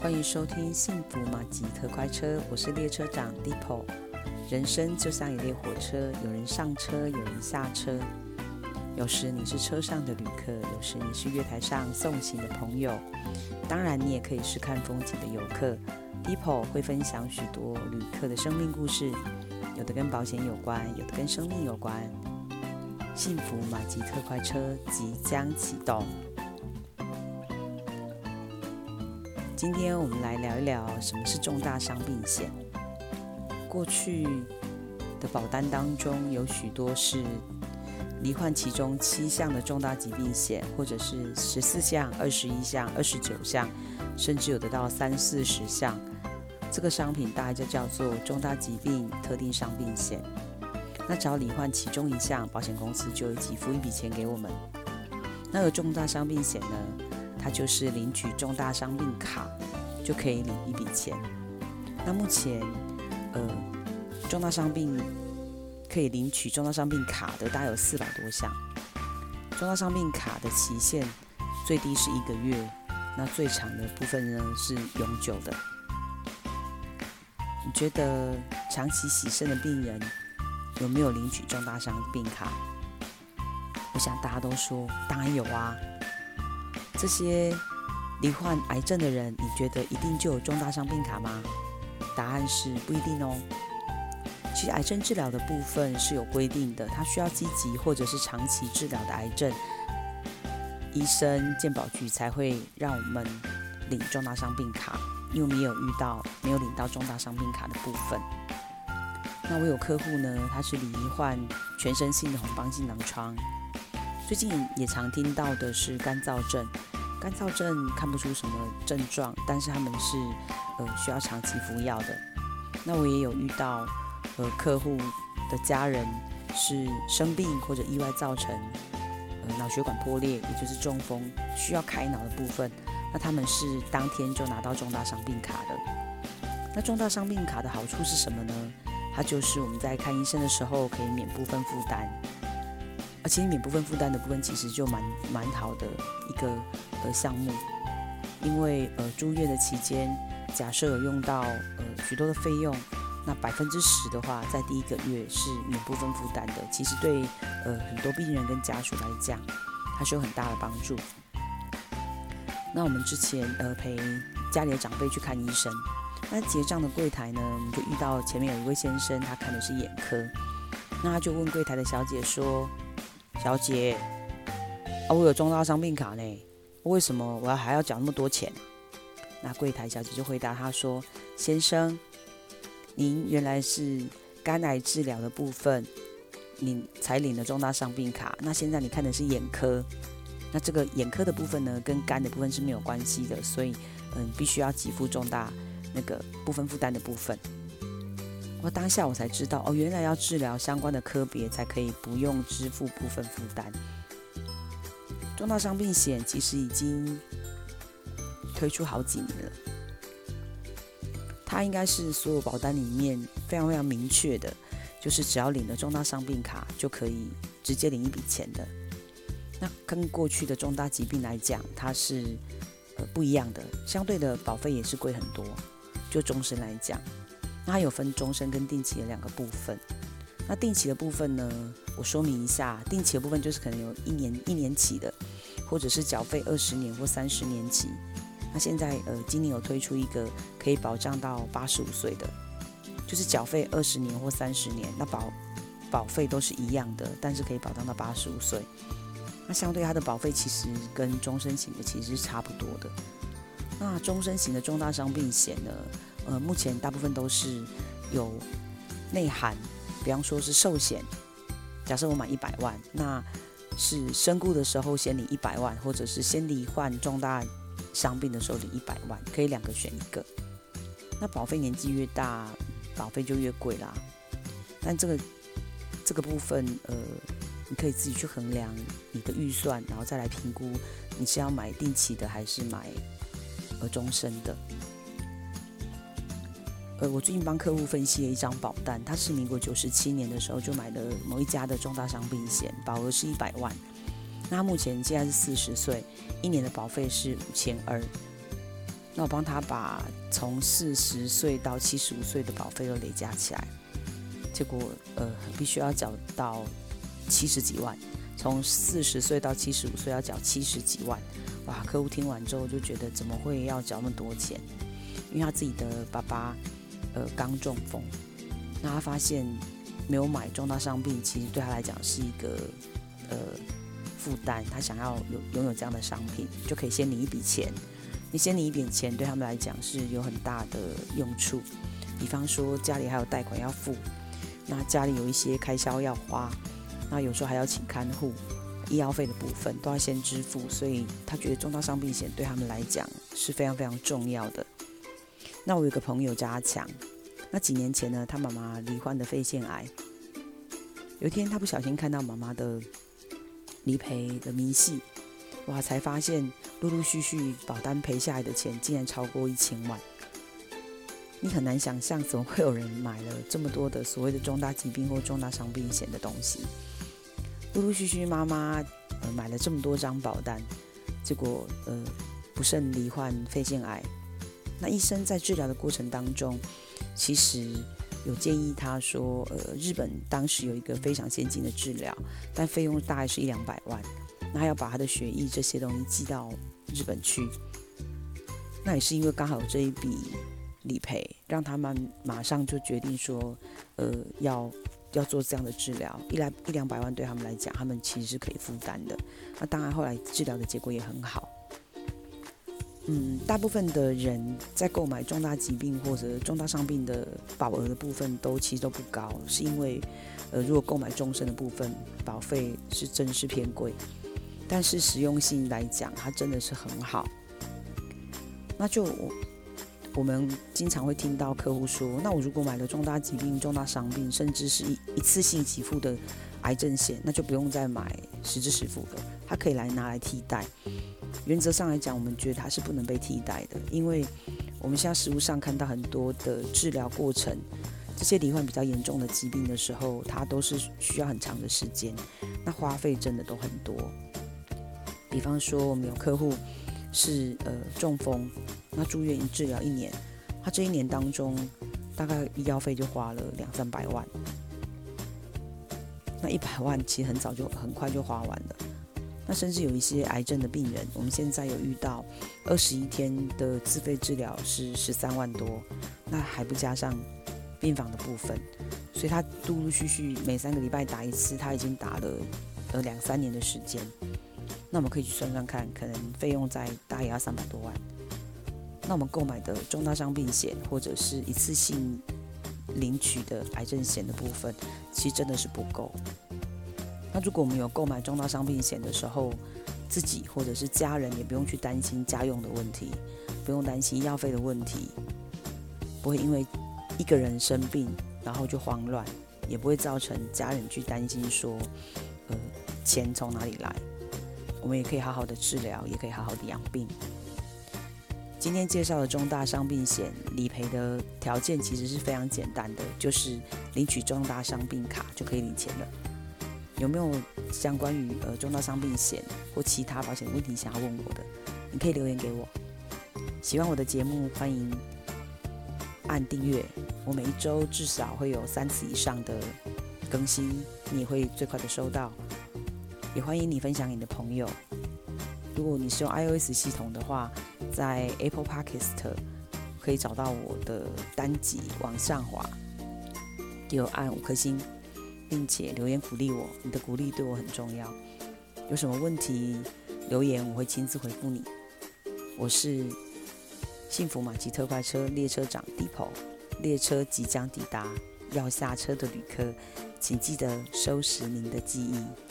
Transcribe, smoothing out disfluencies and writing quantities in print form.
欢迎收听幸福马吉特快车，我是列车长 Deepo。人生就像一列火车，有人上车，有人下车。有时你是车上的旅客，有时你是月台上送行的朋友，当然你也可以是看风景的游客。Deepo 会分享许多旅客的生命故事，有的跟保险有关，有的跟生命有关。幸福马吉特快车即将启动。今天我们来聊一聊什么是重大伤病险。过去的保单当中有许多是罹患其中7项的重大疾病险，或者是14项、21项、29项，甚至有的到30-40项。这个商品大概就叫做重大疾病特定伤病险。那只要罹患其中一项，保险公司就会给付一笔钱给我们。那有重大伤病险呢，它就是领取重大伤病卡就可以领一笔钱。那目前重大伤病可以领取重大伤病卡的大概有400多项。重大伤病卡的期限最低是1个月，那最长的部分呢是永久的。你觉得长期洗肾的病人有没有领取重大伤病卡？我想大家都说当然有啊。这些罹患癌症的人，你觉得一定就有重大伤病卡吗？答案是不一定哦。其实癌症治疗的部分是有规定的，它需要积极或者是长期治疗的癌症，医生健保局才会让我们领重大伤病卡，因为我们也有没有领到重大伤病卡的部分。那我有客户呢，他是罹患全身性的红斑性狼疮，最近也常听到的是干燥症。干燥症看不出什么症状，但是他们是需要长期服药的。那我也有遇到客户的家人是生病或者意外造成脑血管破裂，也就是中风，需要开脑的部分。那他们是当天就拿到重大伤病卡的。那重大伤病卡的好处是什么呢？它就是我们在看医生的时候可以免部分负担。而且免部分负担的部分其实就蛮好的一个项目，因为住院的期间，假设有用到许多的费用，那10%的话，在第1个月是免部分负担的。其实对很多病人跟家属来讲，它是有很大的帮助。那我们之前陪家里的长辈去看医生，那结账的柜台呢，我们就遇到前面有一位先生，他看的是眼科，那他就问柜台的小姐说：“小姐，我有重大伤病卡呢，为什么我还要缴那么多钱？”那柜台小姐就回答他说：“先生，您原来是肝癌治疗的部分，你才领了重大伤病卡。那现在你看的是眼科，那这个眼科的部分呢，跟肝的部分是没有关系的，所以必须要给付重大那个部分负担的部分。”当下我才知道，原来要治疗相关的科别才可以不用支付部分负担。重大伤病险其实已经推出好几年了，它应该是所有保单里面非常非常明确的，就是只要领了重大伤病卡就可以直接领一笔钱的。那跟过去的重大疾病来讲，它是不一样的，相对的保费也是贵很多。就终身来讲，那它有分终身跟定期的2个部分。那定期的部分呢，我说明一下，定期的部分就是可能有一年期的，或者是缴费20年或30年期。那现在今年有推出一个可以保障到85岁的，就是缴费20年或30年，那保费都是一样的，但是可以保障到85岁。那相对它的保费其实跟终身型的其实是差不多的。那终身型的重大伤病险呢，目前大部分都是有内涵，比方说是寿险，假设我买100万，那是身故的时候先领100万，或者是先罹患重大伤病的时候领100万，可以2个选1个。那保费年纪越大，保费就越贵啦。但这个部分，你可以自己去衡量你的预算，然后再来评估你是要买定期的还是买终身的。我最近帮客户分析了一张保单，他是民国97年的时候就买了某一家的重大伤病险，保额是100万。那他目前现在是40岁，1年的保费是5200。 那我帮他把从40岁到75岁的保费都累加起来，结果必须要缴到70几万，从40岁到75岁要缴70几万。哇！客户听完之后就觉得怎么会要缴那么多钱？因为他自己的爸爸刚中风，那他发现没有买重大伤病，其实对他来讲是一个负担。他想要拥有这样的商品，就可以先领一笔钱。你先领一笔钱，对他们来讲是有很大的用处。比方说家里还有贷款要付，那家里有一些开销要花，那有时候还要请看护。医药费的部分都要先支付，所以他觉得重大伤病险对他们来讲是非常非常重要的。那我有一个朋友叫阿强，那几年前呢，他妈妈罹患的肺腺癌，有一天他不小心看到妈妈的理赔的明细，哇，才发现陆陆续续保单赔下来的钱竟然超过1000万。你很难想象怎么会有人买了这么多的所谓的重大疾病或重大伤病险的东西。陆陆续续妈妈买了这么多张保单，结果不慎罹患肺腺癌。那医生在治疗的过程当中，其实有建议他说，日本当时有一个非常先进的治疗，但费用大概是100-200万，那还要把他的血液这些东西寄到日本去。那也是因为刚好有这一笔理赔，让他们马上就决定说，要做这样的治疗，100-200万对他们来讲，他们其实是可以负担的。那当然后来治疗的结果也很好。大部分的人在购买重大疾病或者重大伤病的保额的部分其实都不高，是因为如果购买终身的部分，保费真是偏贵，但是实用性来讲，它真的是很好。那就我们经常会听到客户说，那我如果买了重大疾病、重大伤病，甚至是一次性给付的癌症险，那就不用再买实支实付的，它可以拿来替代。原则上来讲，我们觉得它是不能被替代的，因为我们现在实务上看到很多的治疗过程，这些罹患比较严重的疾病的时候，它都是需要很长的时间，那花费真的都很多。比方说，我们有客户是中风，那住院治疗1年，他这1年当中大概医药费就花了200-300万，那100万其实很快就花完了。那甚至有一些癌症的病人，我们现在有遇到21天的自费治疗是13万多，那还不加上病房的部分，所以他陆陆续续每3个礼拜打一次，他已经打了2-3年的时间。那我们可以去算算看，可能费用大概也要300多万。那我们购买的重大伤病险或者是一次性领取的癌症险的部分，其实真的是不够。那如果我们有购买重大伤病险的时候，自己或者是家人也不用去担心家用的问题，不用担心医药费的问题，不会因为一个人生病然后就慌乱，也不会造成家人去担心说钱从哪里来。我们也可以好好的治疗，也可以好好的养病。今天介绍的重大伤病险理赔的条件其实是非常简单的，就是领取重大伤病卡就可以领钱了。有没有相关于重大伤病险或其他保险问题想要问我的，你可以留言给我。喜欢我的节目，欢迎按订阅，我每一周至少会有3次以上的更新，你也会最快的收到。也欢迎你分享给你的朋友。如果你是用 iOS 系统的话，在 Apple Podcast 可以找到我的单集，往上滑，就按5颗星，并且留言鼓励我，你的鼓励对我很重要。有什么问题留言，我会亲自回复你。我是幸福马吉特快车列车长 Depot， 列车即将抵达，要下车的旅客，请记得收拾您的记忆。